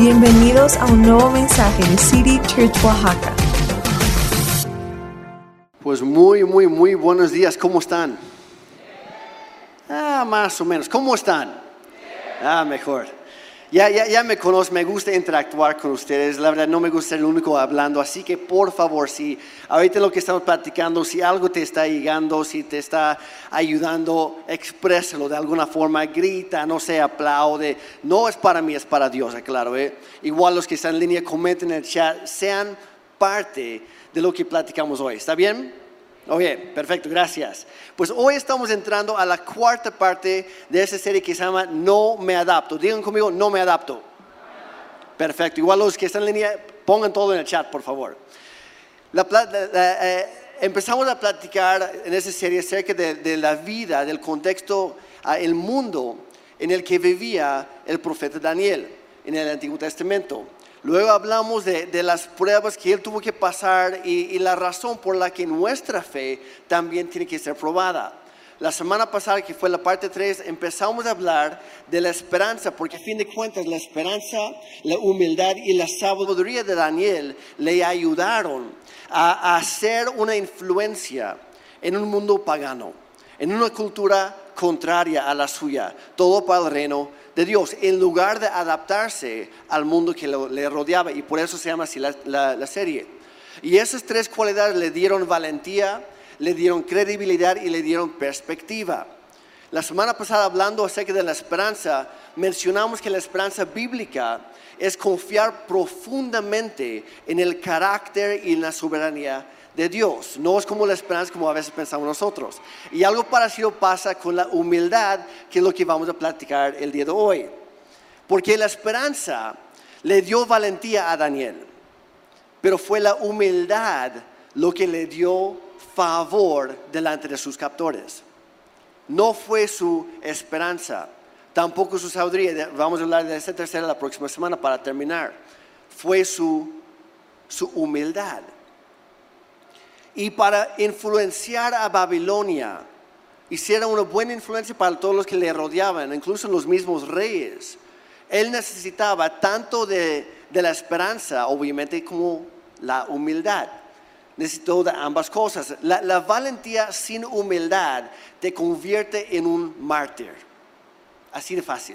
Bienvenidos a un nuevo mensaje de City Church Oaxaca. Pues muy buenos días. ¿Cómo están? Más o menos. ¿Cómo están? Mejor. Ya me conocen, me gusta interactuar con ustedes. La verdad no me gusta ser el único hablando, así que por favor, si ahorita lo que estamos platicando, si algo te está llegando, si te está ayudando, exprésalo de alguna forma, grita, no sé, aplaude. No es para mí, es para Dios, claro. Igual los que están en línea, comenten en el chat, sean parte de lo que platicamos hoy. ¿Está bien? Oye, perfecto, gracias. Pues hoy estamos entrando a la cuarta parte de esa serie que se llama No me adapto. Digan conmigo, no me adapto. Perfecto, igual los que están en línea, pongan todo en el chat, por favor. Empezamos a platicar en esa serie acerca de la vida, del contexto, el mundo en el que vivía el profeta Daniel en el Antiguo Testamento. Luego hablamos de las pruebas que él tuvo que pasar y la razón por la que nuestra fe también tiene que ser probada. La semana pasada, que fue la parte 3, empezamos a hablar de la esperanza, porque a fin de cuentas la esperanza, la humildad y la sabiduría de Daniel le ayudaron a hacer una influencia en un mundo pagano, en una cultura contraria a la suya, todo para el reino de Dios, en lugar de adaptarse al mundo que le rodeaba, y por eso se llama así la serie. Y esas tres cualidades le dieron valentía, le dieron credibilidad y le dieron perspectiva. La semana pasada, hablando acerca de la esperanza, mencionamos que la esperanza bíblica es confiar profundamente en el carácter y en la soberanía de Dios. No es como la esperanza como a veces pensamos nosotros. Y algo parecido pasa con la humildad, que es lo que vamos a platicar el día de hoy. Porque la esperanza le dio valentía a Daniel, pero fue la humildad lo que le dio favor delante de sus captores. No fue su esperanza, tampoco su sabiduría. Vamos a hablar de esta tercera la próxima semana para terminar. Fue su humildad. Y para influenciar a Babilonia, hiciera una buena influencia para todos los que le rodeaban, incluso los mismos reyes. Él necesitaba tanto de la esperanza, obviamente, como la humildad. Necesitó de ambas cosas. La valentía sin humildad te convierte en un mártir. Así de fácil.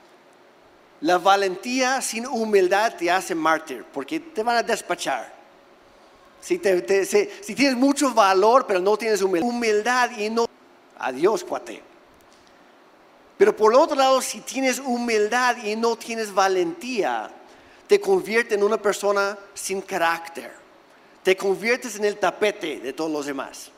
La valentía sin humildad te hace mártir, porque te van a despachar. Si tienes mucho valor, pero no tienes humildad y no... Adiós, cuate. Pero por el otro lado, si tienes humildad y no tienes valentía, te convierte en una persona sin carácter. Te conviertes en el tapete de todos los demás.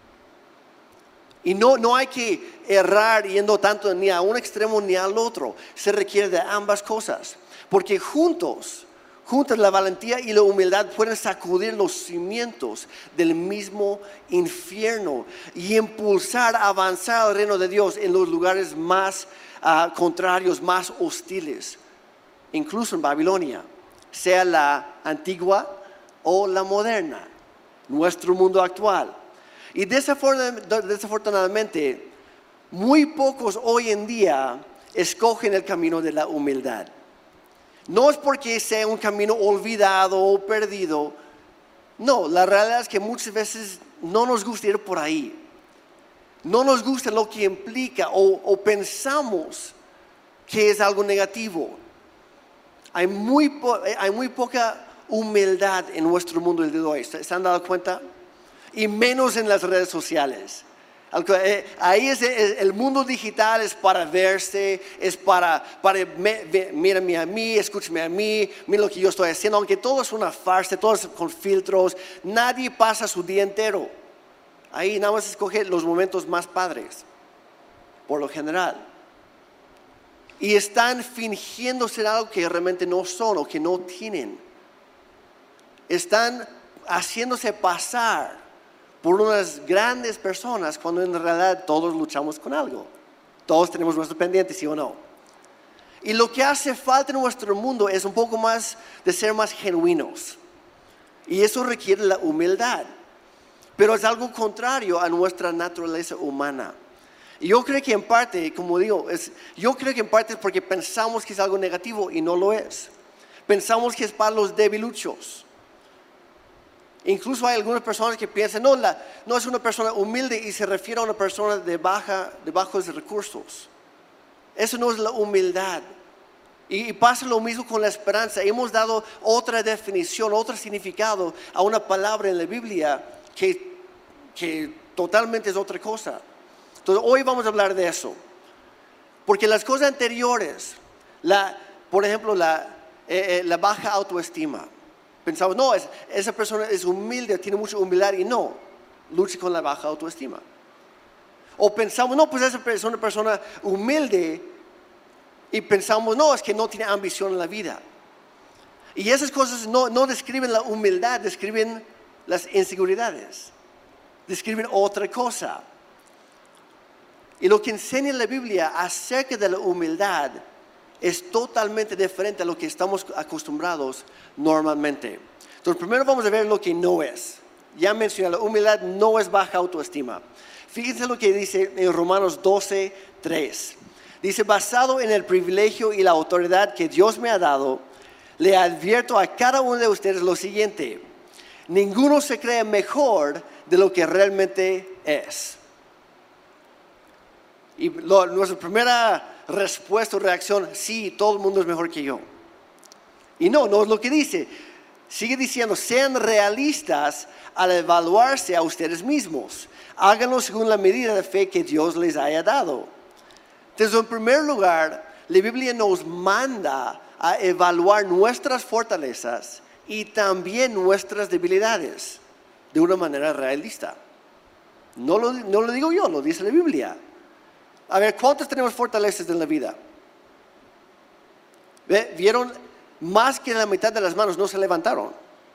Y no hay que errar yendo tanto ni a un extremo ni al otro. Se requiere de ambas cosas. Porque juntas la valentía y la humildad pueden sacudir los cimientos del mismo infierno y impulsar, avanzar al reino de Dios en los lugares más contrarios, más hostiles. Incluso en Babilonia, sea la antigua o la moderna, nuestro mundo actual. Y desafortunadamente, muy pocos hoy en día escogen el camino de la humildad. No es porque sea un camino olvidado o perdido. No, la realidad es que muchas veces no nos gusta ir por ahí. No nos gusta lo que implica o pensamos que es algo negativo. Hay muy poca humildad en nuestro mundo el día de hoy. ¿Se han dado cuenta? Y menos en las redes sociales. Ahí es el mundo digital, es para verse, es para mírame a mí, escúchame a mí, mira lo que yo estoy haciendo, aunque todo es una farsa, todo es con filtros. Nadie pasa su día entero ahí, nada más escoge los momentos más padres, por lo general. Y están fingiendo ser algo que realmente no son o que no tienen. Están haciéndose pasar por unas grandes personas, cuando en realidad todos luchamos con algo. Todos tenemos nuestro pendiente, ¿sí o no? Y lo que hace falta en nuestro mundo es un poco más de ser más genuinos. Y eso requiere la humildad. Pero es algo contrario a nuestra naturaleza humana. Y yo creo que en parte, como digo, yo creo que en parte es porque pensamos que es algo negativo y no lo es. Pensamos que es para los debiluchos. Incluso hay algunas personas que piensan, no es una persona humilde y se refiere a una persona de bajos recursos. Eso no es la humildad. Y pasa lo mismo con la esperanza. Hemos dado otra definición, otro significado a una palabra en la Biblia que totalmente es otra cosa. Entonces hoy vamos a hablar de eso. Porque las cosas anteriores, por ejemplo, la baja autoestima. Pensamos, no, esa persona es humilde, tiene mucha humildad y no, lucha con la baja autoestima. O pensamos, no, pues esa es una persona humilde y pensamos, no, es que no tiene ambición en la vida. Y esas cosas no describen la humildad, describen las inseguridades, describen otra cosa. Y lo que enseña la Biblia acerca de la humildad es totalmente diferente a lo que estamos acostumbrados normalmente. Entonces, primero vamos a ver lo que no es. Ya mencioné, la humildad no es baja autoestima. Fíjense lo que dice en Romanos 12:3. Dice, basado en el privilegio y la autoridad que Dios me ha dado, le advierto a cada uno de ustedes lo siguiente: ninguno se cree mejor de lo que realmente es. Y nuestra primera respuesta o reacción, sí, todo el mundo es mejor que yo. Y no es lo que dice. Sigue diciendo, sean realistas al evaluarse a ustedes mismos. Háganlo según la medida de fe que Dios les haya dado. Entonces, en primer lugar, la Biblia nos manda a evaluar nuestras fortalezas y también nuestras debilidades de una manera realista. No lo digo yo, lo dice la Biblia. A ver, ¿cuántos tenemos fortalezas en la vida? ¿Vieron? Más que la mitad de las manos no se levantaron.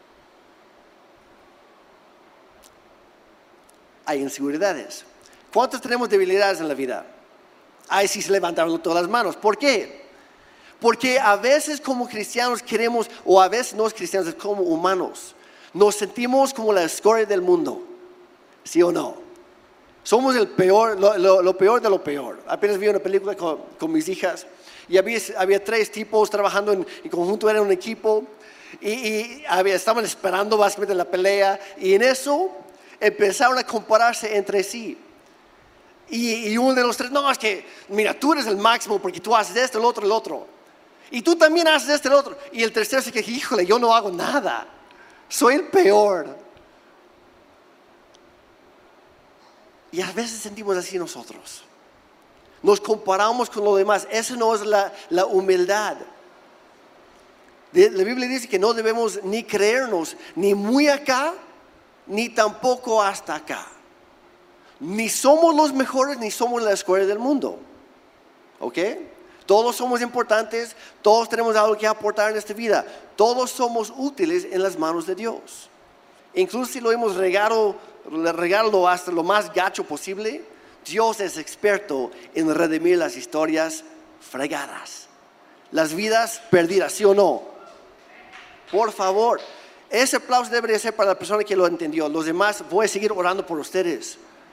Hay inseguridades. ¿Cuántos tenemos debilidades en la vida? Ahí sí se levantaron todas las manos. ¿Por qué? Porque a veces como cristianos queremos, o a veces no es cristianos, es como humanos, nos sentimos como la escoria del mundo. ¿Sí o no? Somos el peor, lo peor de lo peor. Apenas vi una película con mis hijas y había 3 tipos trabajando en conjunto, era un equipo y estaban esperando básicamente la pelea y en eso empezaron a compararse entre sí. Y uno de los 3, no, es que mira, tú eres el máximo porque tú haces esto, el otro. Y tú también haces esto, el otro. Y el tercero se queja, híjole, yo no hago nada. Soy el peor. Y a veces sentimos así nosotros. Nos comparamos con los demás. Eso no es la humildad. La Biblia dice que no debemos ni creernos ni muy acá, ni tampoco hasta acá. Ni somos los mejores, ni somos la escoria del mundo. ¿Ok? Todos somos importantes, todos tenemos algo que aportar en esta vida. Todos somos útiles en las manos de Dios. Incluso si lo hemos regado hasta lo más gacho posible, Dios es experto en redimir las historias fregadas, las vidas perdidas, ¿sí o no? Por favor, ese aplauso debería ser para la persona que lo entendió. Los demás, voy a seguir orando por ustedes.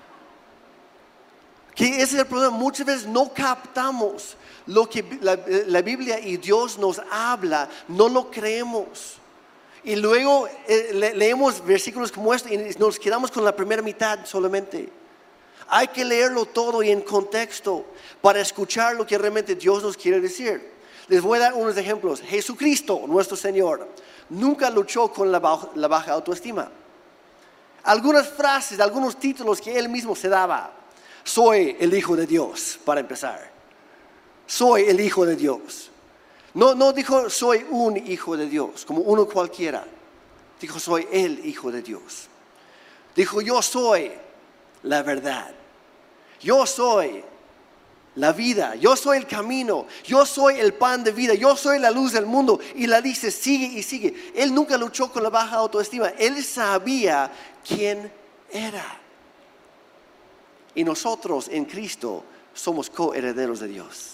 Que ese es el problema, muchas veces no captamos lo que la Biblia y Dios nos habla, no lo creemos. Y luego leemos versículos como este y nos quedamos con la primera mitad solamente. Hay que leerlo todo y en contexto para escuchar lo que realmente Dios nos quiere decir. Les voy a dar unos ejemplos. Jesucristo, nuestro Señor, nunca luchó con la baja autoestima. Algunas frases, algunos títulos que Él mismo se daba. Soy el Hijo de Dios, para empezar. Soy el Hijo de Dios. No dijo soy un hijo de Dios, como uno cualquiera. Dijo soy el Hijo de Dios. Dijo yo soy la verdad. Yo soy la vida. Yo soy el camino. Yo soy el pan de vida. Yo soy la luz del mundo. Y la dice sigue y sigue. Él nunca luchó con la baja autoestima. Él sabía quién era. Y nosotros en Cristo somos coherederos de Dios.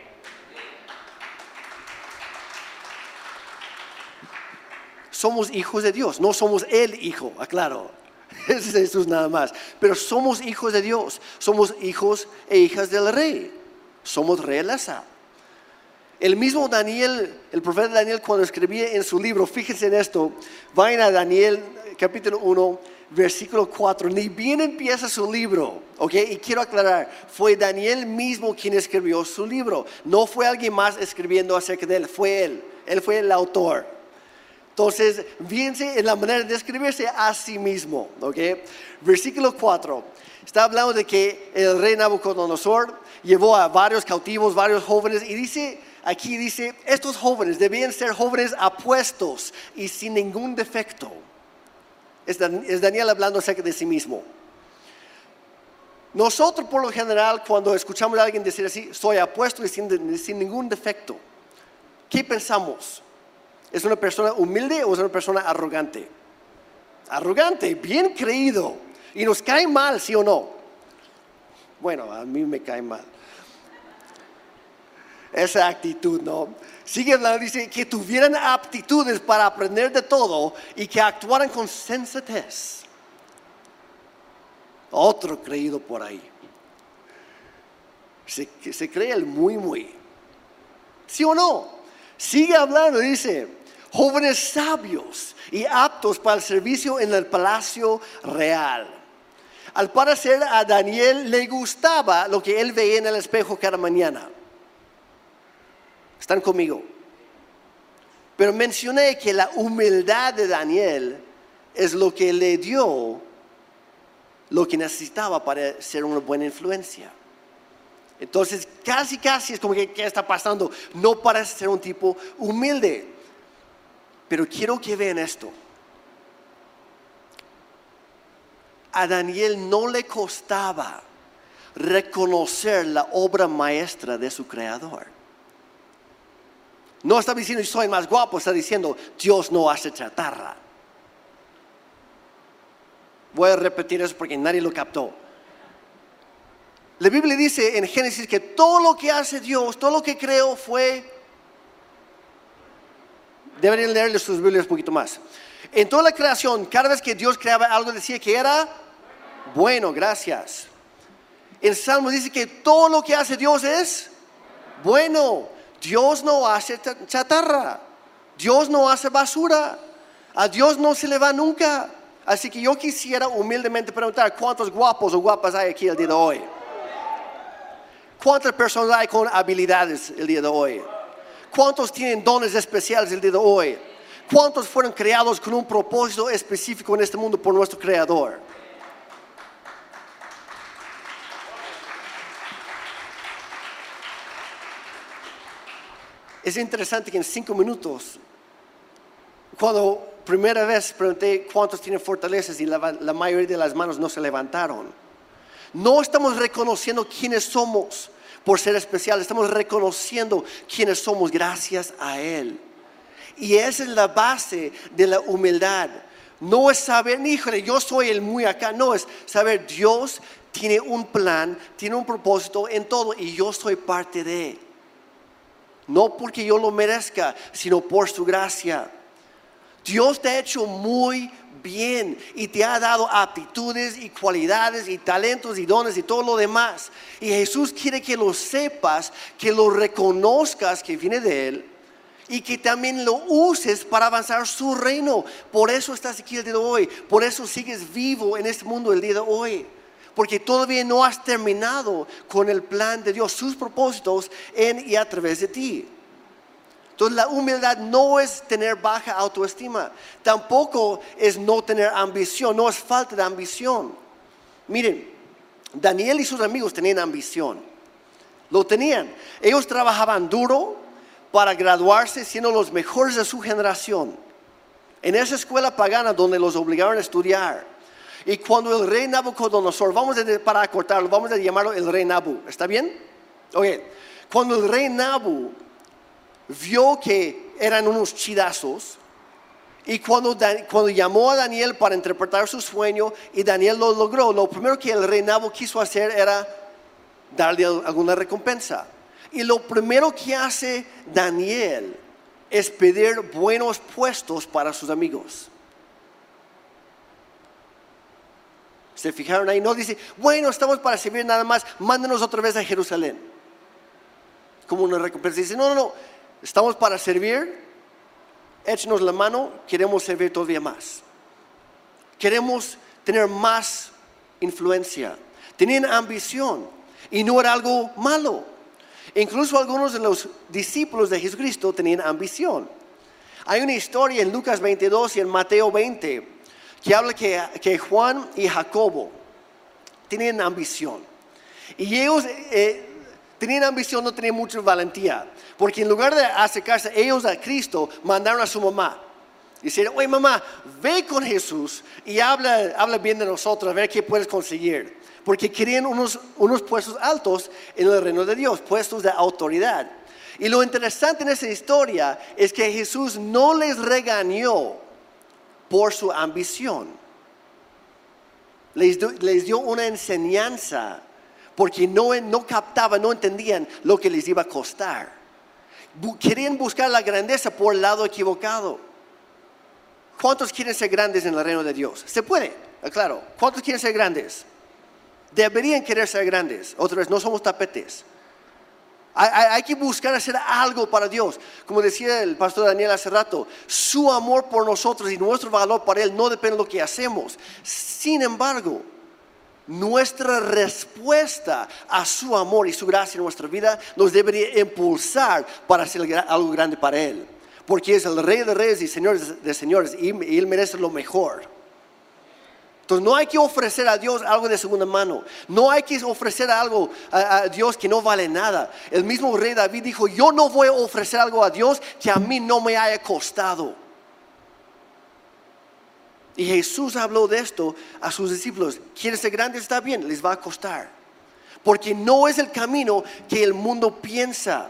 Somos hijos de Dios, no somos el hijo, aclaro. Ese es Jesús nada más. Pero somos hijos de Dios, somos hijos e hijas del Rey. Somos realeza. El mismo Daniel, el profeta Daniel, cuando escribía en su libro, fíjense en esto, vayan a Daniel capítulo 1, versículo 4, ni bien empieza su libro, ¿ok? Y quiero aclarar, fue Daniel mismo quien escribió su libro, no fue alguien más escribiendo acerca de él, fue él fue el autor. Entonces, fíjense en la manera de describirse a sí mismo, ¿ok? Versículo 4, está hablando de que el rey Nabucodonosor llevó a varios cautivos, varios jóvenes, y aquí dice, estos jóvenes debían ser jóvenes apuestos y sin ningún defecto. Es Daniel hablando acerca de sí mismo. Nosotros por lo general cuando escuchamos a alguien decir así, soy apuesto y sin ningún defecto, ¿qué pensamos? ¿Es una persona humilde o es una persona arrogante? Arrogante, bien creído. Y nos cae mal, ¿sí o no? Bueno, a mí me cae mal esa actitud, ¿no? Sigue hablando, dice que tuvieran aptitudes para aprender de todo y que actuaran con sensatez. Otro creído por ahí. Se cree el muy. ¿Sí o no? Sigue hablando, dice, jóvenes sabios y aptos para el servicio en el palacio real. Al parecer a Daniel le gustaba lo que él veía en el espejo cada mañana. ¿Están conmigo? Pero mencioné que la humildad de Daniel es lo que le dio lo que necesitaba para ser una buena influencia. Entonces casi es como que ¿qué está pasando? No parece ser un tipo humilde. Pero quiero que vean esto. A Daniel no le costaba reconocer la obra maestra de su creador. No está diciendo soy más guapo, está diciendo Dios no hace chatarra. Voy a repetir eso porque nadie lo captó. La Biblia dice en Génesis que todo lo que hace Dios, todo lo que creó fue... Deberían leerle sus Biblias un poquito más. En toda la creación, cada vez que Dios creaba algo decía que era bueno, gracias. En Salmos dice que todo lo que hace Dios es bueno. Dios no hace chatarra. Dios no hace basura. A Dios no se le va nunca. Así que yo quisiera humildemente preguntar, ¿cuántos guapos o guapas hay aquí el día de hoy? ¿Cuántas personas hay con habilidades el día de hoy? ¿Cuántos tienen dones especiales el día de hoy? ¿Cuántos fueron creados con un propósito específico en este mundo por nuestro Creador? Es interesante que en 5 minutos, cuando primera vez pregunté cuántos tienen fortalezas y la mayoría de las manos no se levantaron. No estamos reconociendo quiénes somos por ser especiales, estamos reconociendo quiénes somos gracias a Él. Y esa es la base de la humildad. No es saber, híjole, yo soy el muy acá. No, es saber Dios tiene un plan, tiene un propósito en todo y yo soy parte de Él. No porque yo lo merezca, sino por su gracia. Dios te ha hecho muy bien y te ha dado aptitudes y cualidades y talentos y dones y todo lo demás. Y Jesús quiere que lo sepas, que lo reconozcas que viene de Él y que también lo uses para avanzar su reino. Por eso estás aquí el día de hoy, por eso sigues vivo en este mundo el día de hoy. Porque todavía no has terminado con el plan de Dios, sus propósitos en y a través de ti. Entonces la humildad no es tener baja autoestima, tampoco es no tener ambición, no es falta de ambición. Miren, Daniel y sus amigos tenían ambición, lo tenían. Ellos trabajaban duro para graduarse siendo los mejores de su generación. En esa escuela pagana donde los obligaron a estudiar. Y cuando el rey Nabucodonosor, para acortarlo, vamos a llamarlo el rey Nabu, ¿está bien? Ok, cuando el rey Nabu vio que eran unos chidazos, y cuando llamó a Daniel para interpretar su sueño, y Daniel lo logró, lo primero que el rey Nabu quiso hacer era darle alguna recompensa. Y lo primero que hace Daniel es pedir buenos puestos para sus amigos. ¿Se fijaron ahí? No dice, bueno, estamos para servir nada más, mándenos otra vez a Jerusalén. como una recompensa. Dice, no, estamos para servir, échenos la mano, queremos servir todavía más. Queremos tener más influencia. Tenían ambición y no era algo malo. Incluso algunos de los discípulos de Jesucristo tenían ambición. Hay una historia en Lucas 22 y en Mateo 20 que habla que Juan y Jacobo tenían ambición. Y ellos tenían ambición, no tenían mucha valentía. Porque en lugar de acercarse ellos a Cristo, mandaron a su mamá. Dijeron, oye mamá, ve con Jesús y habla bien de nosotros, a ver qué puedes conseguir. Porque querían unos puestos altos en el reino de Dios, puestos de autoridad. Y lo interesante en esa historia es que Jesús no les regañó por su ambición. Les dio una enseñanza porque no captaban, no entendían lo que les iba a costar. Querían buscar la grandeza por el lado equivocado. ¿Cuántos quieren ser grandes en el reino de Dios? Se puede, claro. ¿Cuántos quieren ser grandes? Deberían querer ser grandes. Otra vez, no somos tapetes. Hay que buscar hacer algo para Dios. Como decía el pastor Daniel hace rato, su amor por nosotros y nuestro valor para Él no depende de lo que hacemos. Sin embargo, nuestra respuesta a su amor y su gracia en nuestra vida nos debería impulsar para hacer algo grande para Él. Porque es el Rey de Reyes y Señor de Señores y Él merece lo mejor. Entonces no hay que ofrecer a Dios algo de segunda mano. No hay que ofrecer algo a Dios que no vale nada. El mismo rey David dijo, yo no voy a ofrecer algo a Dios que a mí no me haya costado. Y Jesús habló de esto a sus discípulos. ¿Quieren ser grandes? Está bien, les va a costar. Porque no es el camino que el mundo piensa.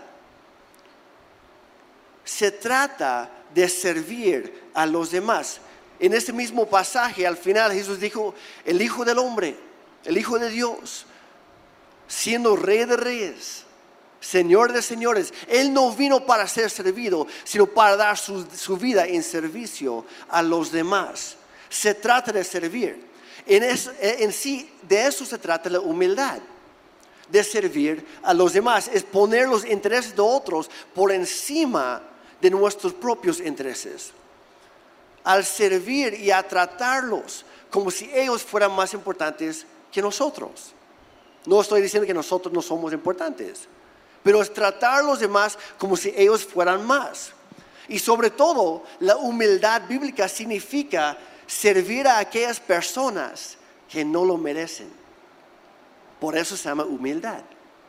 Se trata de servir a los demás. En ese mismo pasaje, al final Jesús dijo, el Hijo del Hombre, el Hijo de Dios, siendo Rey de Reyes, Señor de Señores, Él no vino para ser servido, sino para dar su vida en servicio a los demás. Se trata de servir. En sí, de eso se trata la humildad. De servir a los demás. Es poner los intereses de otros por encima de nuestros propios intereses. Al servir y a tratarlos como si ellos fueran más importantes que nosotros. No estoy diciendo que nosotros no somos importantes, pero es tratar a los demás como si ellos fueran más. Y sobre todo, la humildad bíblica significa servir a aquellas personas que no lo merecen. Por eso se llama humildad.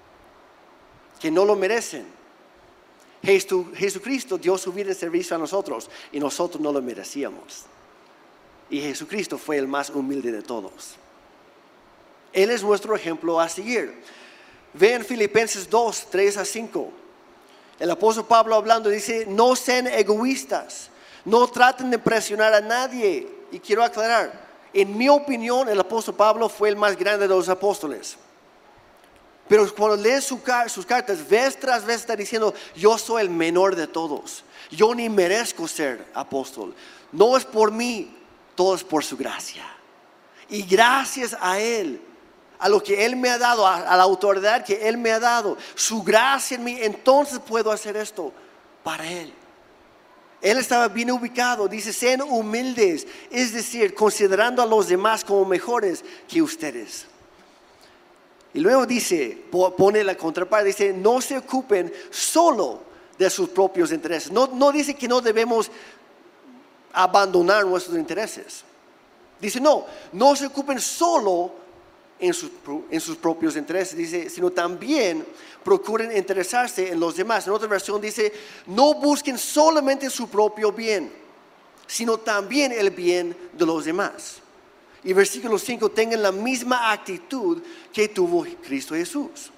Que no lo merecen. Jesucristo dio su vida en servicio a nosotros y nosotros no lo merecíamos. Y Jesucristo fue el más humilde de todos. Él es nuestro ejemplo a seguir. Vean Filipenses 2, 3 a 5. El apóstol Pablo hablando dice, no sean egoístas, no traten de impresionar a nadie. Y quiero aclarar, en mi opinión el apóstol Pablo fue el más grande de los apóstoles. Pero cuando lees sus cartas, vez tras vez está diciendo, yo soy el menor de todos. Yo ni merezco ser apóstol. No es por mí, todo es por su gracia. Y gracias a Él, a lo que Él me ha dado, a la autoridad que Él me ha dado, su gracia en mí, entonces puedo hacer esto para Él. Él estaba bien ubicado, dice, sean humildes, es decir, considerando a los demás como mejores que ustedes. Y luego dice, pone la contraparte, dice, no se ocupen solo de sus propios intereses. No dice que no debemos abandonar nuestros intereses. Dice, no se ocupen solo en sus propios intereses, dice, sino también procuren interesarse en los demás. En otra versión dice, no busquen solamente su propio bien, sino también el bien de los demás. Y versículo 5, tengan la misma actitud que tuvo Cristo Jesús.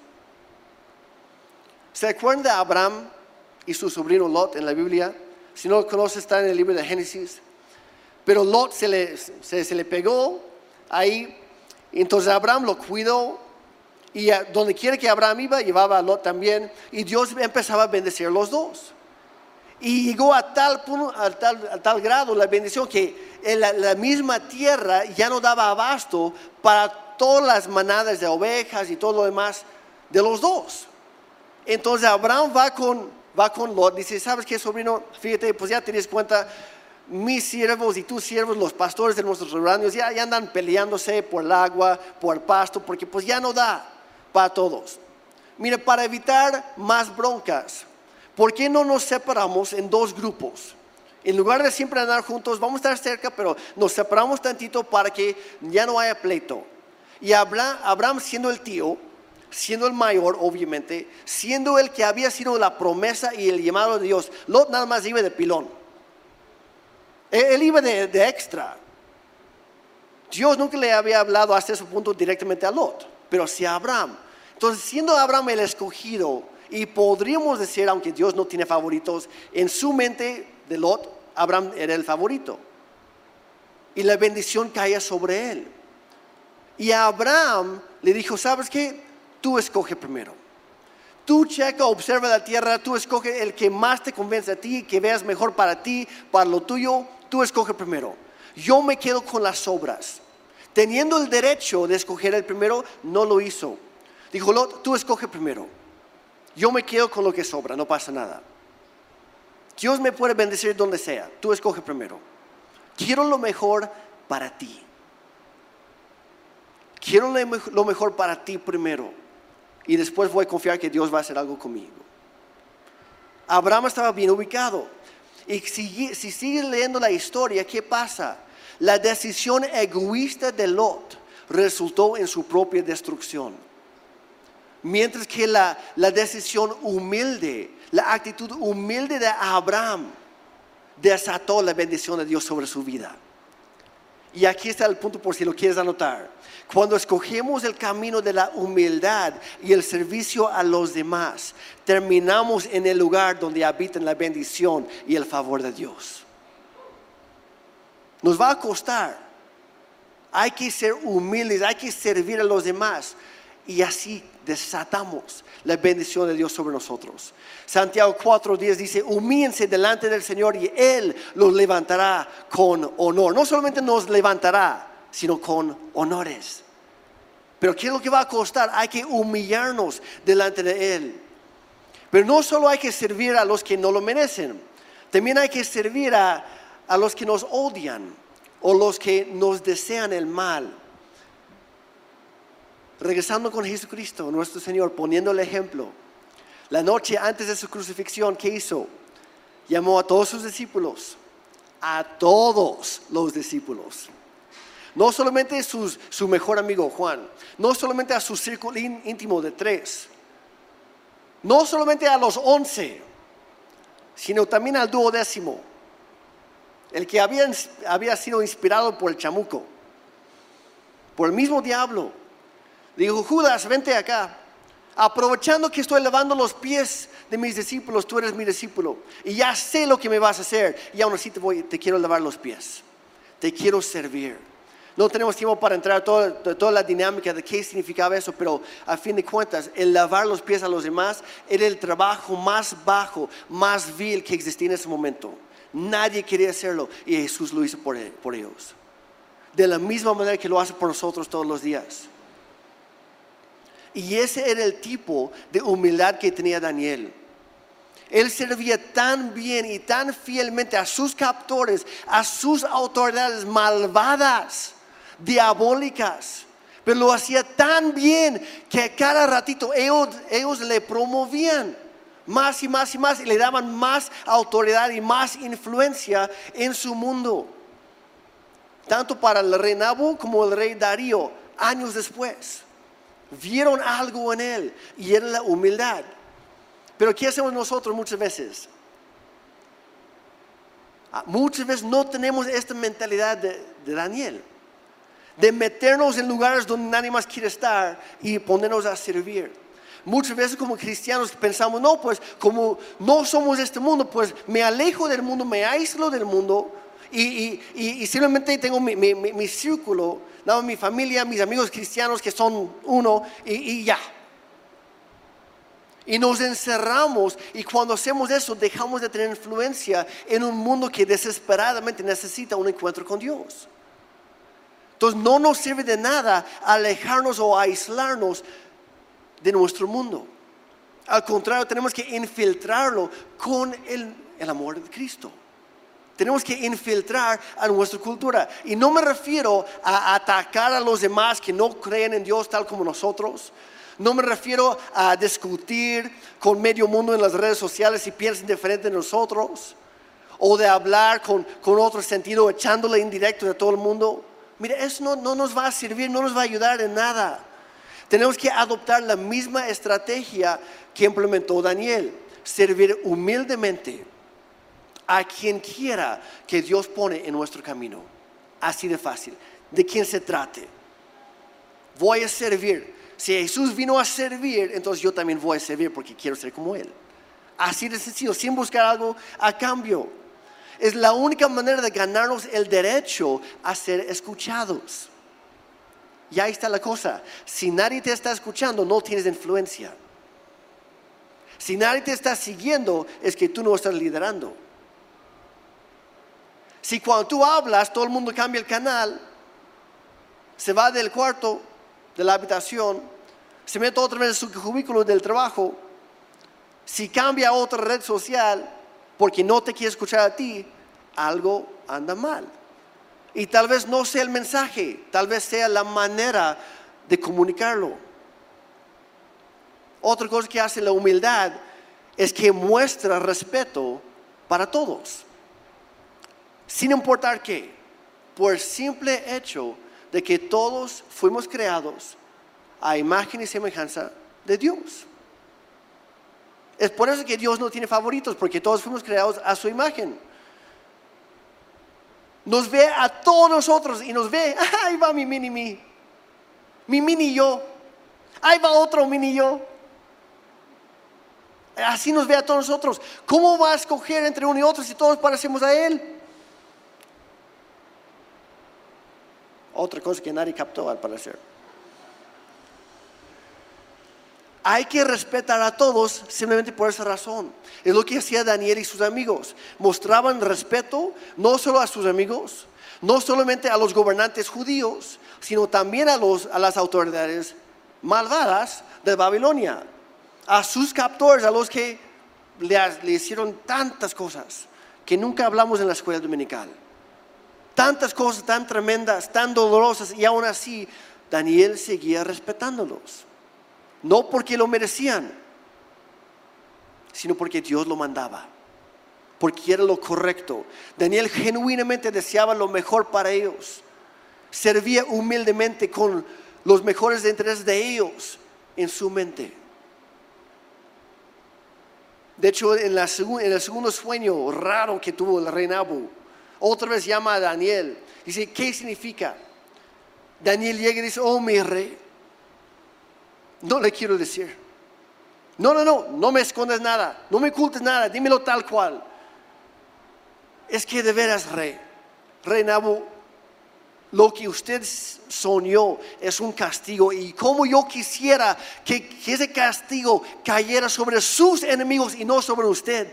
¿Se acuerdan de Abraham y su sobrino Lot en la Biblia? Si no lo conoces, está en el libro de Génesis. Pero Lot se le pegó ahí. Entonces Abraham lo cuidó. Y donde quiera que Abraham iba, llevaba a Lot también. Y Dios empezaba a bendecir a los dos. Y llegó a tal grado la bendición que la misma tierra ya no daba abasto para todas las manadas de ovejas y todo lo demás de los dos. Entonces Abraham va con Lot, dice, ¿sabes qué, sobrino? Fíjate, pues ya te das cuenta, mis siervos y tus siervos, los pastores de nuestros rebaños, ya andan peleándose por el agua, por el pasto, porque pues ya no da para todos. Mire, para evitar más broncas, ¿por qué no nos separamos en dos grupos? En lugar de siempre andar juntos, vamos a estar cerca, pero nos separamos tantito para que ya no haya pleito. Y Abraham siendo el tío, siendo el mayor, obviamente, siendo el que había sido la promesa y el llamado de Dios, Lot nada más iba de pilón. Él iba de extra. Dios nunca le había hablado hasta ese punto directamente a Lot, pero sí a Abraham. Entonces, siendo Abraham el escogido, y podríamos decir, aunque Dios no tiene favoritos, en su mente de Lot, Abraham era el favorito. Y la bendición caía sobre él. Y a Abraham le dijo, ¿sabes qué? Tú escoge primero. Tú checa, observa la tierra, tú escoge el que más te convence a ti, que veas mejor para ti, para lo tuyo, tú escoge primero. Yo me quedo con las obras. Teniendo el derecho de escoger el primero, no lo hizo. Dijo Lot, tú escoge primero. Yo me quedo con lo que sobra, no pasa nada. Dios me puede bendecir donde sea, tú escoge primero. Quiero lo mejor para ti. Quiero lo mejor para ti primero. Y después voy a confiar que Dios va a hacer algo conmigo. Abraham estaba bien ubicado. Y si sigues leyendo la historia, ¿qué pasa? La decisión egoísta de Lot resultó en su propia destrucción. Mientras que la decisión humilde, la actitud humilde de Abraham desató la bendición de Dios sobre su vida. Y aquí está el punto por si lo quieres anotar. Cuando escogemos el camino de la humildad y el servicio a los demás, terminamos en el lugar donde habitan la bendición y el favor de Dios. Nos va a costar. Hay que ser humildes, hay que servir a los demás. Y así desatamos la bendición de Dios sobre nosotros. Santiago 4:10 dice, humíllense delante del Señor y Él los levantará con honor. No solamente nos levantará, sino con honores. Pero ¿qué es lo que va a costar? Hay que humillarnos delante de Él. Pero no solo hay que servir a los que no lo merecen, también hay que servir a los que nos odian o los que nos desean el mal. Regresando con Jesucristo, nuestro Señor, poniendo el ejemplo. La noche antes de su crucifixión, ¿qué hizo? Llamó a todos sus discípulos. A todos los discípulos. No solamente su mejor amigo Juan. No solamente a su círculo íntimo de 3. No solamente a los 11. Sino también al 12. El que había sido inspirado por el chamuco. Por el mismo diablo. Dijo, Judas, vente acá. Aprovechando que estoy lavando los pies de mis discípulos, tú eres mi discípulo. Y ya sé lo que me vas a hacer. Y aún así te quiero lavar los pies. Te quiero servir. No tenemos tiempo para entrar a toda la dinámica de qué significaba eso. Pero a fin de cuentas, el lavar los pies a los demás era el trabajo más bajo, más vil que existía en ese momento. Nadie quería hacerlo. Y Jesús lo hizo por ellos. De la misma manera que lo hace por nosotros todos los días. Y ese era el tipo de humildad que tenía Daniel. Él servía tan bien y tan fielmente a sus captores, a sus autoridades malvadas, diabólicas. Pero lo hacía tan bien que cada ratito ellos le promovían más y más y más. Y le daban más autoridad y más influencia en su mundo. Tanto para el rey Nabu como el rey Darío, años después. Vieron algo en él y era la humildad. Pero ¿qué hacemos nosotros muchas veces? Muchas veces no tenemos esta mentalidad de Daniel, de meternos en lugares donde nadie más quiere estar y ponernos a servir. Muchas veces como cristianos pensamos, no, pues como no somos de este mundo, pues me alejo del mundo, me aíslo del mundo y simplemente tengo mi círculo, ¿no? Mi familia, mis amigos cristianos que son uno y ya. Y nos encerramos y cuando hacemos eso dejamos de tener influencia en un mundo que desesperadamente necesita un encuentro con Dios. Entonces no nos sirve de nada alejarnos o aislarnos de nuestro mundo. Al contrario, tenemos que infiltrarlo con el amor de Cristo. Tenemos que infiltrar a nuestra cultura. Y no me refiero a atacar a los demás que no creen en Dios tal como nosotros. No me refiero a discutir con medio mundo en las redes sociales y piensan diferente de nosotros. O de hablar con otro sentido, echándole indirecto de todo el mundo. Mire, eso no nos va a servir, no nos va a ayudar en nada. Tenemos que adoptar la misma estrategia que implementó Daniel. Servir humildemente a quien quiera que Dios pone en nuestro camino. Así de fácil. De quien se trate. Voy a servir. Si Jesús vino a servir, entonces yo también voy a servir porque quiero ser como Él. Así de sencillo, sin buscar algo a cambio. Es la única manera de ganarnos el derecho a ser escuchados. Y ahí está la cosa. Si nadie te está escuchando, no tienes influencia. Si nadie te está siguiendo, es que tú no estás liderando. Si cuando tú hablas, todo el mundo cambia el canal, se va del cuarto, de la habitación, se mete otra vez en su cubículo del trabajo, si cambia a otra red social porque no te quiere escuchar a ti, algo anda mal. Y tal vez no sea el mensaje, tal vez sea la manera de comunicarlo. Otra cosa que hace la humildad es que muestra respeto para todos. Sin importar qué, por el simple hecho de que todos fuimos creados a imagen y semejanza de Dios. Es por eso que Dios no tiene favoritos, porque todos fuimos creados a su imagen. Nos ve a todos nosotros y nos ve, ahí va mi mini yo, ahí va otro mini yo. Así nos ve a todos nosotros. ¿Cómo va a escoger entre uno y otro si todos parecemos a Él? Otra cosa que nadie captó al parecer. Hay que respetar a todos simplemente por esa razón. Es lo que hacía Daniel y sus amigos. Mostraban respeto no solo a sus amigos, no solamente a los gobernantes judíos, sino también a las autoridades malvadas de Babilonia. A sus captores, a los que le hicieron tantas cosas que nunca hablamos en la escuela dominical. Tantas cosas tan tremendas, tan dolorosas, y aún así Daniel seguía respetándolos. No porque lo merecían, sino porque Dios lo mandaba, porque era lo correcto. Daniel genuinamente deseaba lo mejor para ellos. Servía humildemente con los mejores intereses de ellos en su mente. De hecho, en el segundo sueño raro que tuvo el rey Nabu, otra vez llama a Daniel. Dice, ¿qué significa? Daniel llega y dice, oh mi rey, no le quiero decir. No me escondas nada, no me ocultes nada, dímelo tal cual. Es que de veras, rey Nabu, lo que usted soñó es un castigo, y como yo quisiera que ese castigo cayera sobre sus enemigos y no sobre usted.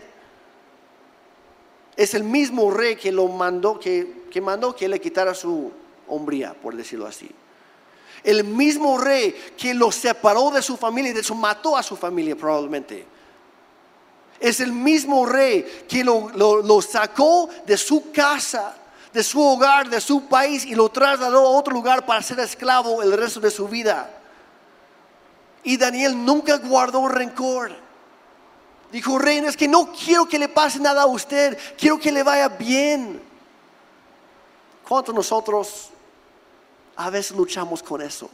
Es el mismo rey que mandó que le quitara su hombría, por decirlo así. El mismo rey que lo separó de su familia y de hecho mató a su familia probablemente. Es el mismo rey que lo sacó de su casa, de su hogar, de su país, y lo trasladó a otro lugar para ser esclavo el resto de su vida. Y Daniel nunca guardó rencor. Dijo, reina, es que no quiero que le pase nada a usted, quiero que le vaya bien. ¿Cuántos de nosotros a veces luchamos con eso?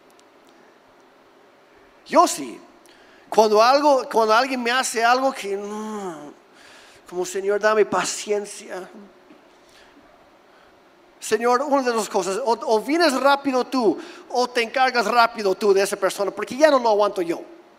Yo sí. Cuando alguien me hace algo que como Señor, dame paciencia. Señor, una de dos cosas, o vienes rápido tú, o te encargas rápido tú de esa persona, porque ya no lo aguanto yo.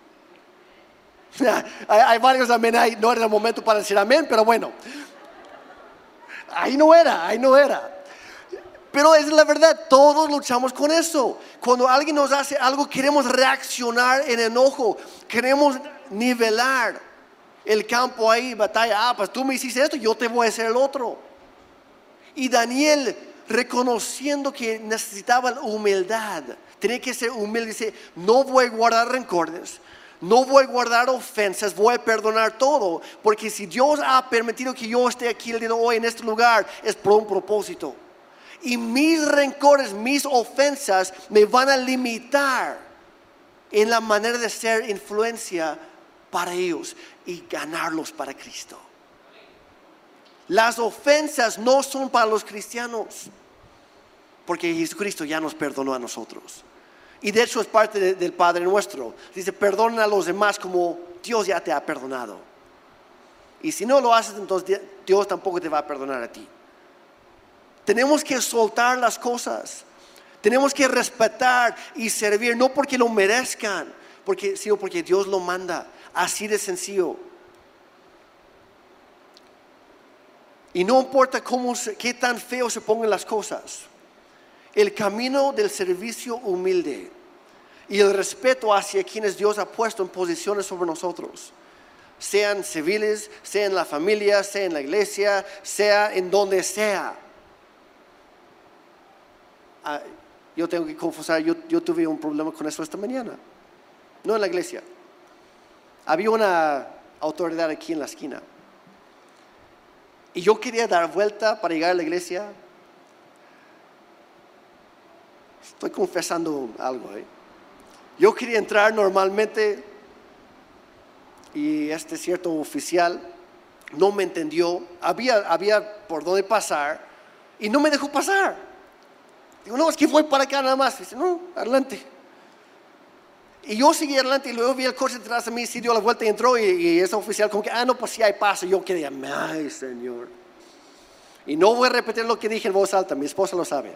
Hay varios amén ahí, no era el momento para decir amén, pero bueno, ahí no era. Pero es la verdad, todos luchamos con eso. Cuando alguien nos hace algo, queremos reaccionar en enojo, queremos nivelar el campo ahí, batalla. Pues tú me hiciste esto, yo te voy a hacer el otro. Y Daniel, reconociendo que necesitaba humildad, tenía que ser humilde, dice, no voy a guardar rencores, No voy a guardar ofensas, voy a perdonar todo. Porque si Dios ha permitido que yo esté aquí el día de hoy en este lugar, es por un propósito. Y mis rencores, mis ofensas me van a limitar en la manera de ser influencia para ellos y ganarlos para Cristo. Las ofensas no son para los cristianos, porque Jesucristo ya nos perdonó a nosotros. Y de hecho es parte del Padre Nuestro. Dice, perdona a los demás como Dios ya te ha perdonado. Y si no lo haces, entonces Dios tampoco te va a perdonar a ti. Tenemos que soltar las cosas. Tenemos que respetar y servir, no porque lo merezcan, sino porque Dios lo manda. Así de sencillo. Y no importa qué tan feo se pongan las cosas. El camino del servicio humilde y el respeto hacia quienes Dios ha puesto en posiciones sobre nosotros, sean civiles, sea en la familia, sea en la iglesia, sea en donde sea. Yo tengo que confesar, yo tuve un problema con eso esta mañana, no en la iglesia. Había una autoridad aquí en la esquina y yo quería dar vuelta para llegar a la iglesia. Estoy confesando algo. Yo quería entrar normalmente y este cierto oficial no me entendió. Había por dónde pasar y no me dejó pasar. Digo, no, es que voy para acá nada más. Dice, no, adelante. Y yo seguí adelante y luego vi el coche detrás de mí, sí dio la vuelta y entró y ese oficial como que, no, pues sí hay paso. Yo quedé, ay Señor. Y no voy a repetir lo que dije en voz alta, mi esposa lo sabe.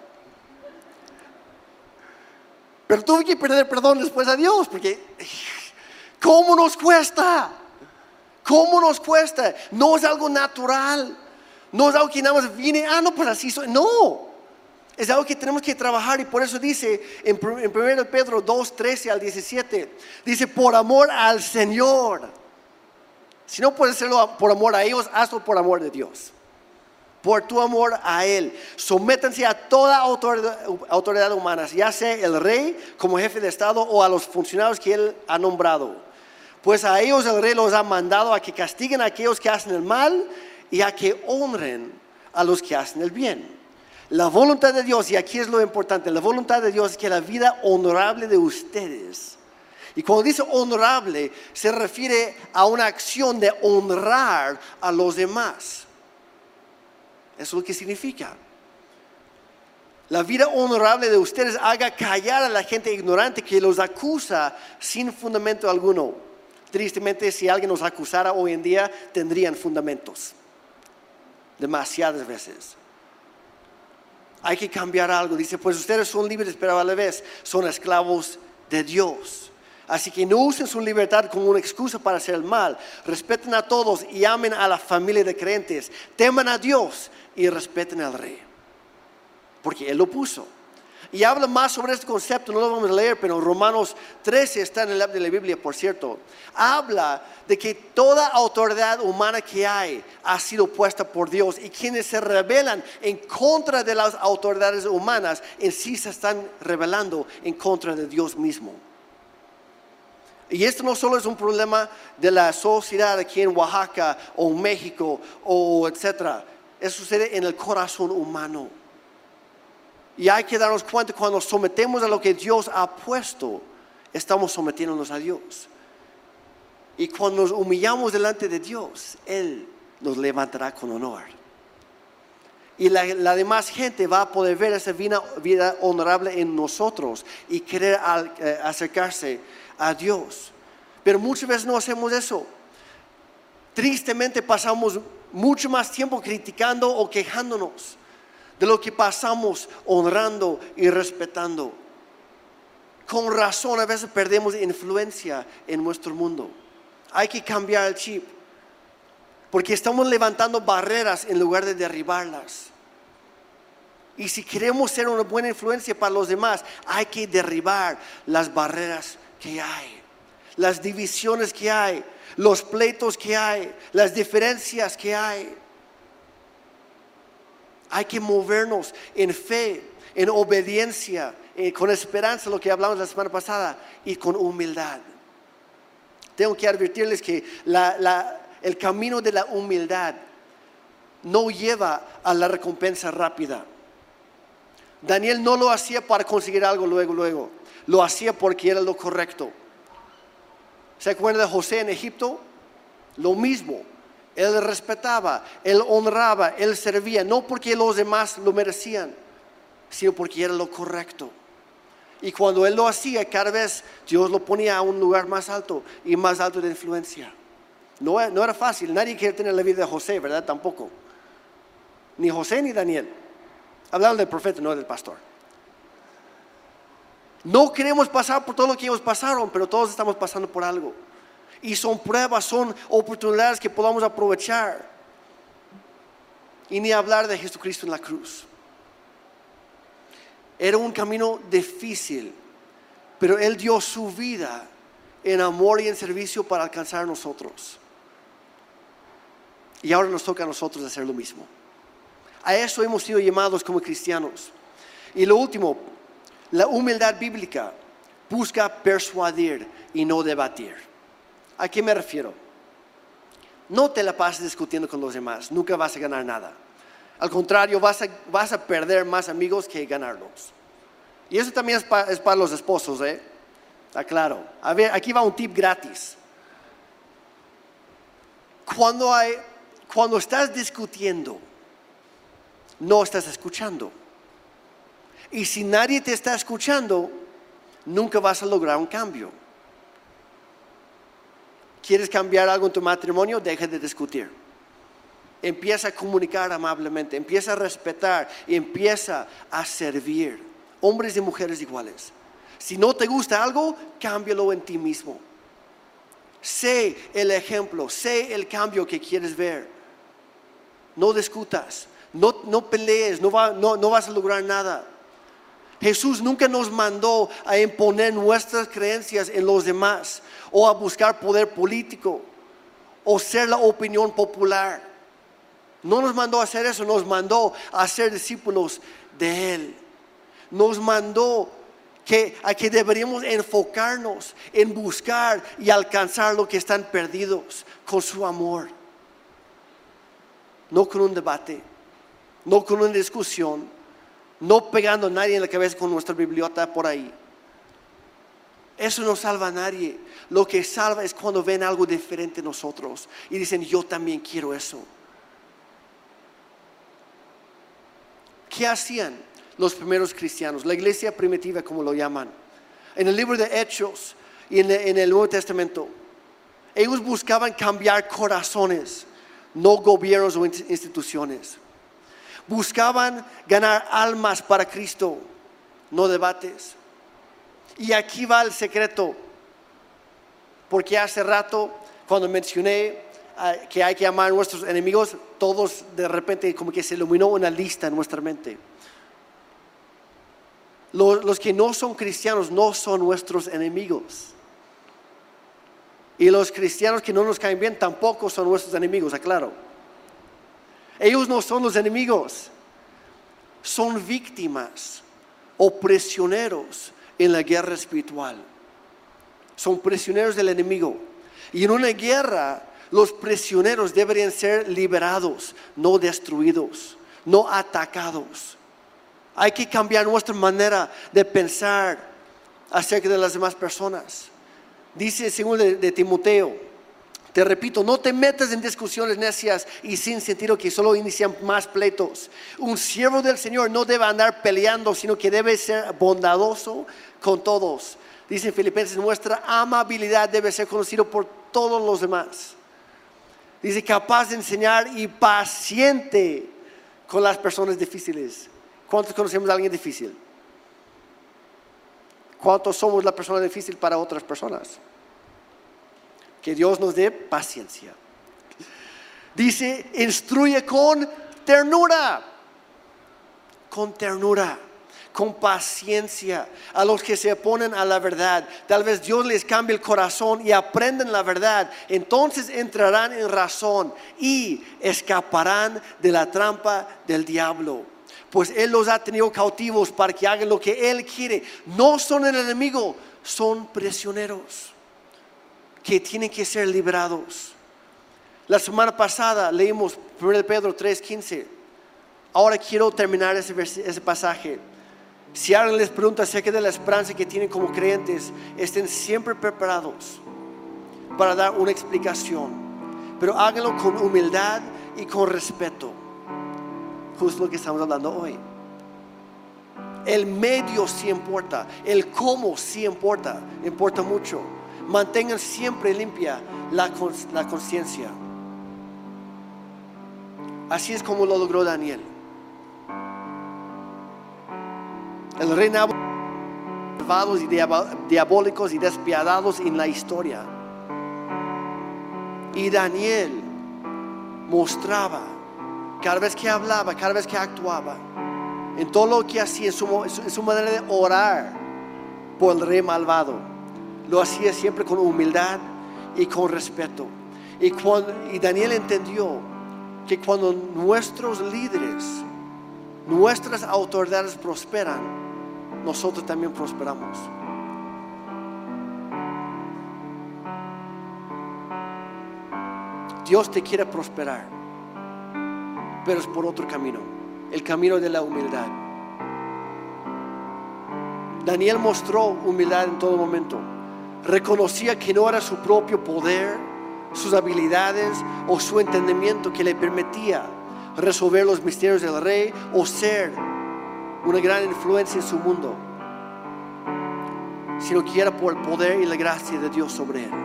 Pero tuve que pedir perdón después a Dios, porque ¿cómo nos cuesta? ¿Cómo nos cuesta? No es algo natural, no es algo que nada más viene, no, pues así soy. No, es algo que tenemos que trabajar y por eso dice en 1 Pedro 2, 13 al 17, dice, por amor al Señor. Si no puedes hacerlo por amor a ellos, hazlo por amor de Dios. Por tu amor a Él, sométanse a toda autoridad humana, ya sea el rey como jefe de estado o a los funcionarios que Él ha nombrado. Pues a ellos el rey los ha mandado a que castiguen a aquellos que hacen el mal y a que honren a los que hacen el bien. La voluntad de Dios, y aquí es lo importante, la voluntad de Dios es que la vida honorable de ustedes, y cuando dice honorable, se refiere a una acción de honrar a los demás. Eso es lo que significa. La vida honorable de ustedes haga callar a la gente ignorante que los acusa sin fundamento alguno. Tristemente, si alguien nos acusara hoy en día, tendrían fundamentos. Demasiadas veces. Hay que cambiar algo. Dice, pues ustedes son libres, pero a la vez son esclavos de Dios. Así que no usen su libertad como una excusa para hacer el mal. Respeten a todos y amen a la familia de creyentes. Teman a Dios y respeten al rey, porque Él lo puso. Y habla más sobre este concepto, no lo vamos a leer, pero Romanos 13 está en el app de la Biblia, por cierto. Habla de que toda autoridad humana que hay ha sido puesta por Dios, y quienes se rebelan en contra de las autoridades humanas en sí se están rebelando en contra de Dios mismo. Y esto no solo es un problema de la sociedad aquí en Oaxaca o en México o etcétera. Eso sucede en el corazón humano. Y hay que darnos cuenta, cuando nos sometemos a lo que Dios ha puesto, estamos sometiéndonos a Dios. Y cuando nos humillamos delante de Dios, Él nos levantará con honor. Y la demás gente va a poder ver esa vida honorable en nosotros y querer acercarse a Dios. Pero muchas veces no hacemos eso. Tristemente pasamos mucho más tiempo criticando o quejándonos de lo que pasamos honrando y respetando. Con razón a veces perdemos influencia en nuestro mundo. Hay que cambiar el chip, porque estamos levantando barreras en lugar de derribarlas. Y si queremos ser una buena influencia para los demás, hay que derribar las barreras que hay, las divisiones que hay, los pleitos que hay, las diferencias que hay. Hay que movernos en fe, en obediencia, con esperanza, lo que hablamos la semana pasada, y con humildad. tengo que advertirles que el camino de la humildad no lleva a la recompensa rápida. Daniel no lo hacía para conseguir algo luego. Lo hacía porque era lo correcto. ¿Se acuerdan de José en Egipto? Lo mismo. Él respetaba, él honraba, él servía, no porque los demás lo merecían, sino porque era lo correcto. Y cuando él lo hacía, cada vez Dios lo ponía a un lugar más alto y más alto de influencia. No era fácil, nadie quiere tener la vida de José, ¿verdad? Tampoco. Ni José ni Daniel. Hablaron del profeta, no del pastor. No queremos pasar por todo lo que ellos pasaron, pero todos estamos pasando por algo. Y son pruebas, son oportunidades que podamos aprovechar. Y ni hablar de Jesucristo en la cruz. Era un camino difícil, pero Él dio su vida en amor y en servicio para alcanzar a nosotros. Y ahora nos toca a nosotros hacer lo mismo. A eso hemos sido llamados como cristianos. Y lo último, la humildad bíblica busca persuadir y no debatir. ¿A qué me refiero? No te la pases discutiendo con los demás, nunca vas a ganar nada. Al contrario, vas a perder más amigos que ganarlos. Y eso también es para los esposos, ¿eh? Está claro. A ver, aquí va un tip gratis. Cuando estás discutiendo, no estás escuchando. Y si nadie te está escuchando, nunca vas a lograr un cambio. ¿Quieres cambiar algo en tu matrimonio? Deja de discutir. Empieza a comunicar amablemente, empieza a respetar y empieza a servir. Hombres y mujeres iguales. Si no te gusta algo, cámbialo en ti mismo. Sé el ejemplo, sé el cambio que quieres ver. No discutas, no pelees, no vas a lograr nada. Jesús nunca nos mandó a imponer nuestras creencias en los demás o a buscar poder político o ser la opinión popular. No nos mandó a hacer eso, nos mandó a ser discípulos de Él. Nos mandó a que deberíamos enfocarnos en buscar y alcanzar lo que están perdidos con su amor. No con un debate, no con una discusión, no pegando a nadie en la cabeza con nuestra bibliota por ahí. Eso no salva a nadie. Lo que salva es cuando ven algo diferente en nosotros y dicen, yo también quiero eso. ¿Qué hacían los primeros cristianos? La iglesia primitiva, como lo llaman. En el libro de Hechos y en el Nuevo Testamento, ellos buscaban cambiar corazones, no gobiernos o instituciones. Buscaban ganar almas para Cristo, no debates. Y aquí va el secreto, porque hace rato cuando mencioné que hay que amar a nuestros enemigos, todos de repente como que se iluminó una lista en nuestra mente. Los que no son cristianos no son nuestros enemigos. Y los cristianos que no nos caen bien tampoco son nuestros enemigos, aclaro. Ellos no son los enemigos, son víctimas o prisioneros en la guerra espiritual. Son prisioneros del enemigo. Y en una guerra, los prisioneros deberían ser liberados, no destruidos, no atacados. Hay que cambiar nuestra manera de pensar acerca de las demás personas. Dice según de Timoteo, te repito, no te metas en discusiones necias y sin sentido que solo inician más pleitos. Un siervo del Señor no debe andar peleando, sino que debe ser bondadoso con todos. Dice en Filipenses, nuestra amabilidad debe ser conocida por todos los demás. Dice, capaz de enseñar y paciente con las personas difíciles. ¿Cuántos conocemos a alguien difícil? ¿Cuántos somos la persona difícil para otras personas? Que Dios nos dé paciencia. Dice, instruye con ternura. Con ternura, con paciencia a los que se oponen a la verdad. Tal vez Dios les cambie el corazón y aprenden la verdad. Entonces entrarán en razón y escaparán de la trampa del diablo. Pues Él los ha tenido cautivos para que hagan lo que Él quiere. No son el enemigo, son prisioneros. que tienen que ser liberados. La semana pasada leímos 1 Pedro 3:15. Ahora quiero terminar ese pasaje. Si alguien les pregunta acerca de la esperanza que tienen como creyentes, estén siempre preparados para dar una explicación, pero háganlo con humildad y con respeto. Justo lo que estamos hablando hoy. El medio sí importa, el cómo sí importa mucho. Mantengan siempre limpia la conciencia. Así es como lo logró Daniel. El rey malvados y diabólicos y despiadados en la historia. Y Daniel mostraba, cada vez que hablaba, cada vez que actuaba, en todo lo que hacía, en su manera de orar por el rey malvado, lo hacía siempre con humildad y con respeto. Y Daniel entendió que cuando nuestros líderes, nuestras autoridades prosperan, nosotros también prosperamos. Dios te quiere prosperar, pero es por otro camino, el camino de la humildad. Daniel mostró humildad en todo momento. Reconocía que no era su propio poder, sus habilidades o su entendimiento que le permitía resolver los misterios del rey o ser una gran influencia en su mundo, sino que era por el poder y la gracia de Dios sobre él.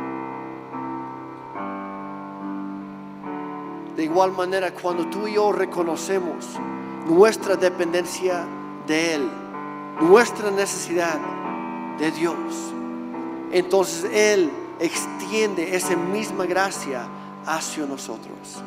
De igual manera, cuando tú y yo reconocemos nuestra dependencia de Él, nuestra necesidad de Dios, entonces Él extiende esa misma gracia hacia nosotros.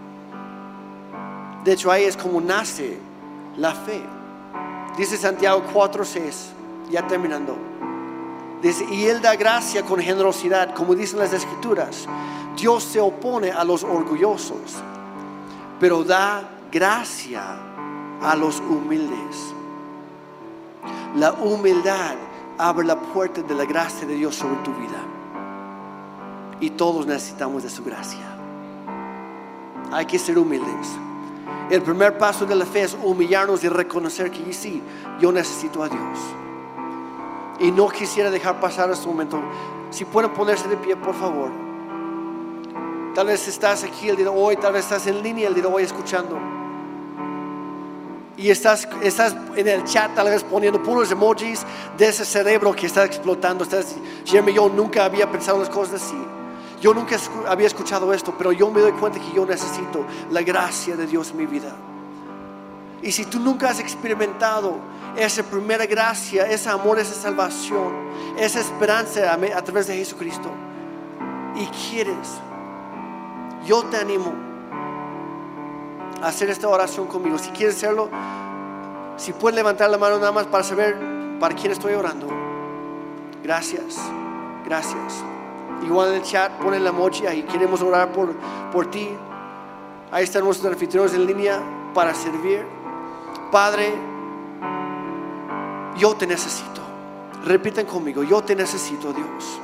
De hecho, ahí es como nace la fe. Dice Santiago 4:6, ya terminando. Dice, y Él da gracia con generosidad, como dicen las Escrituras. Dios se opone a los orgullosos, pero da gracia a los humildes. La humildad abre la puerta de la gracia de Dios sobre tu vida. Y todos necesitamos de su gracia. Hay que ser humildes. El primer paso de la fe es humillarnos y reconocer que sí, yo necesito a Dios. Y no quisiera dejar pasar este momento. Si pueden ponerse de pie, por favor. Tal vez estás aquí el día de hoy, tal vez estás en línea el día de hoy escuchando. Y estás en el chat tal vez poniendo puros emojis de ese cerebro que está explotando. Jeremy, yo nunca había pensado las cosas así. Yo nunca había escuchado esto, pero yo me doy cuenta que yo necesito la gracia de Dios en mi vida. Y si tú nunca has experimentado esa primera gracia, ese amor, esa salvación, esa esperanza a través de Jesucristo, y quieres, yo te animo a hacer esta oración conmigo. Si quieres hacerlo, si puedes levantar la mano nada más para saber para quién estoy orando. Gracias, gracias. Igual en el chat ponen el emoji, ahí queremos orar por ti. Ahí están nuestros anfitriones en línea para servir. Padre, yo te necesito. Repiten conmigo, yo te necesito, Dios.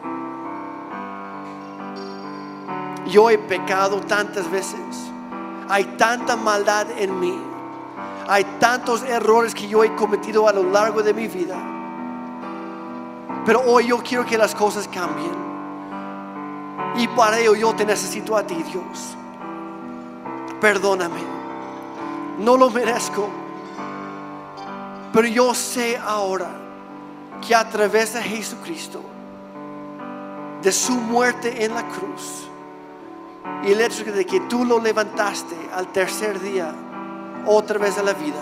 Yo he pecado tantas veces. Hay tanta maldad en mí. Hay tantos errores que yo he cometido a lo largo de mi vida. Pero hoy yo quiero que las cosas cambien. Y para ello yo te necesito a ti, Dios. Perdóname. No lo merezco. Pero yo sé ahora que a través de Jesucristo, de su muerte en la cruz, y el hecho de que tú lo levantaste al tercer día otra vez a la vida,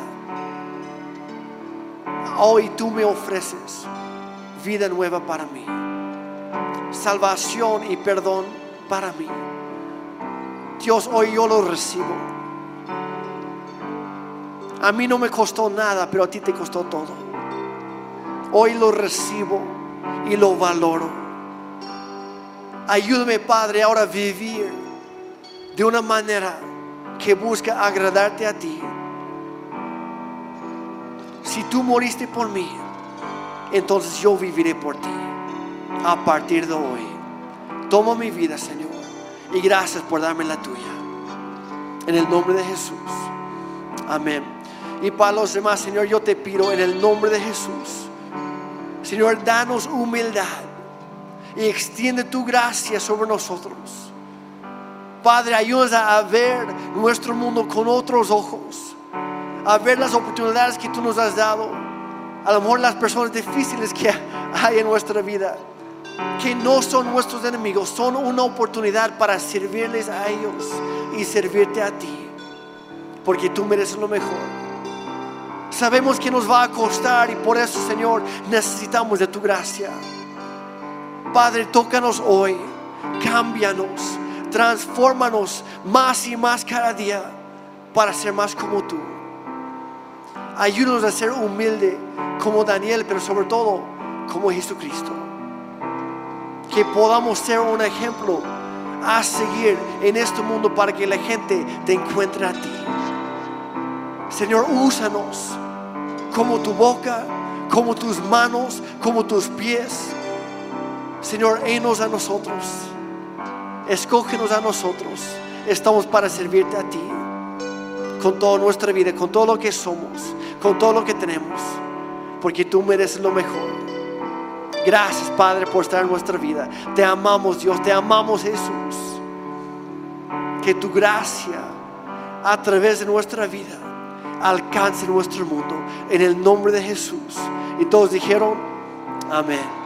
hoy tú me ofreces vida nueva para mí, salvación y perdón para mí. Dios, hoy yo lo recibo. A mí no me costó nada, pero a ti te costó todo. Hoy lo recibo y lo valoro. Ayúdame, Padre, ahora a vivir de una manera que busca agradarte a ti. Si tú moriste por mí, entonces yo viviré por ti a partir de hoy. Toma mi vida, Señor, y gracias por darme la tuya. En el nombre de Jesús. Amén. Y para los demás, Señor, yo te pido en el nombre de Jesús, Señor, danos humildad y extiende tu gracia sobre nosotros. Padre, ayúdanos a ver nuestro mundo con otros ojos, a ver las oportunidades que tú nos has dado, a lo mejor las personas difíciles que hay en nuestra vida, que no son nuestros enemigos, son una oportunidad para servirles a ellos y servirte a ti, porque tú mereces lo mejor. Sabemos que nos va a costar y por eso, Señor, necesitamos de tu gracia. Padre, tócanos hoy, cámbianos, transfórmanos más y más cada día para ser más como tú. Ayúdanos a ser humilde como Daniel, pero sobre todo como Jesucristo. Que podamos ser un ejemplo a seguir en este mundo para que la gente te encuentre a ti. Señor, úsanos como tu boca, como tus manos, como tus pies. Señor, henos a nosotros, escógenos a nosotros. Estamos para servirte a ti con toda nuestra vida, con todo lo que somos, con todo lo que tenemos, porque tú mereces lo mejor. Gracias, Padre, por estar en nuestra vida. Te amamos, Dios, te amamos, Jesús. Que tu gracia a través de nuestra vida alcance nuestro mundo en el nombre de Jesús. Y todos dijeron amén.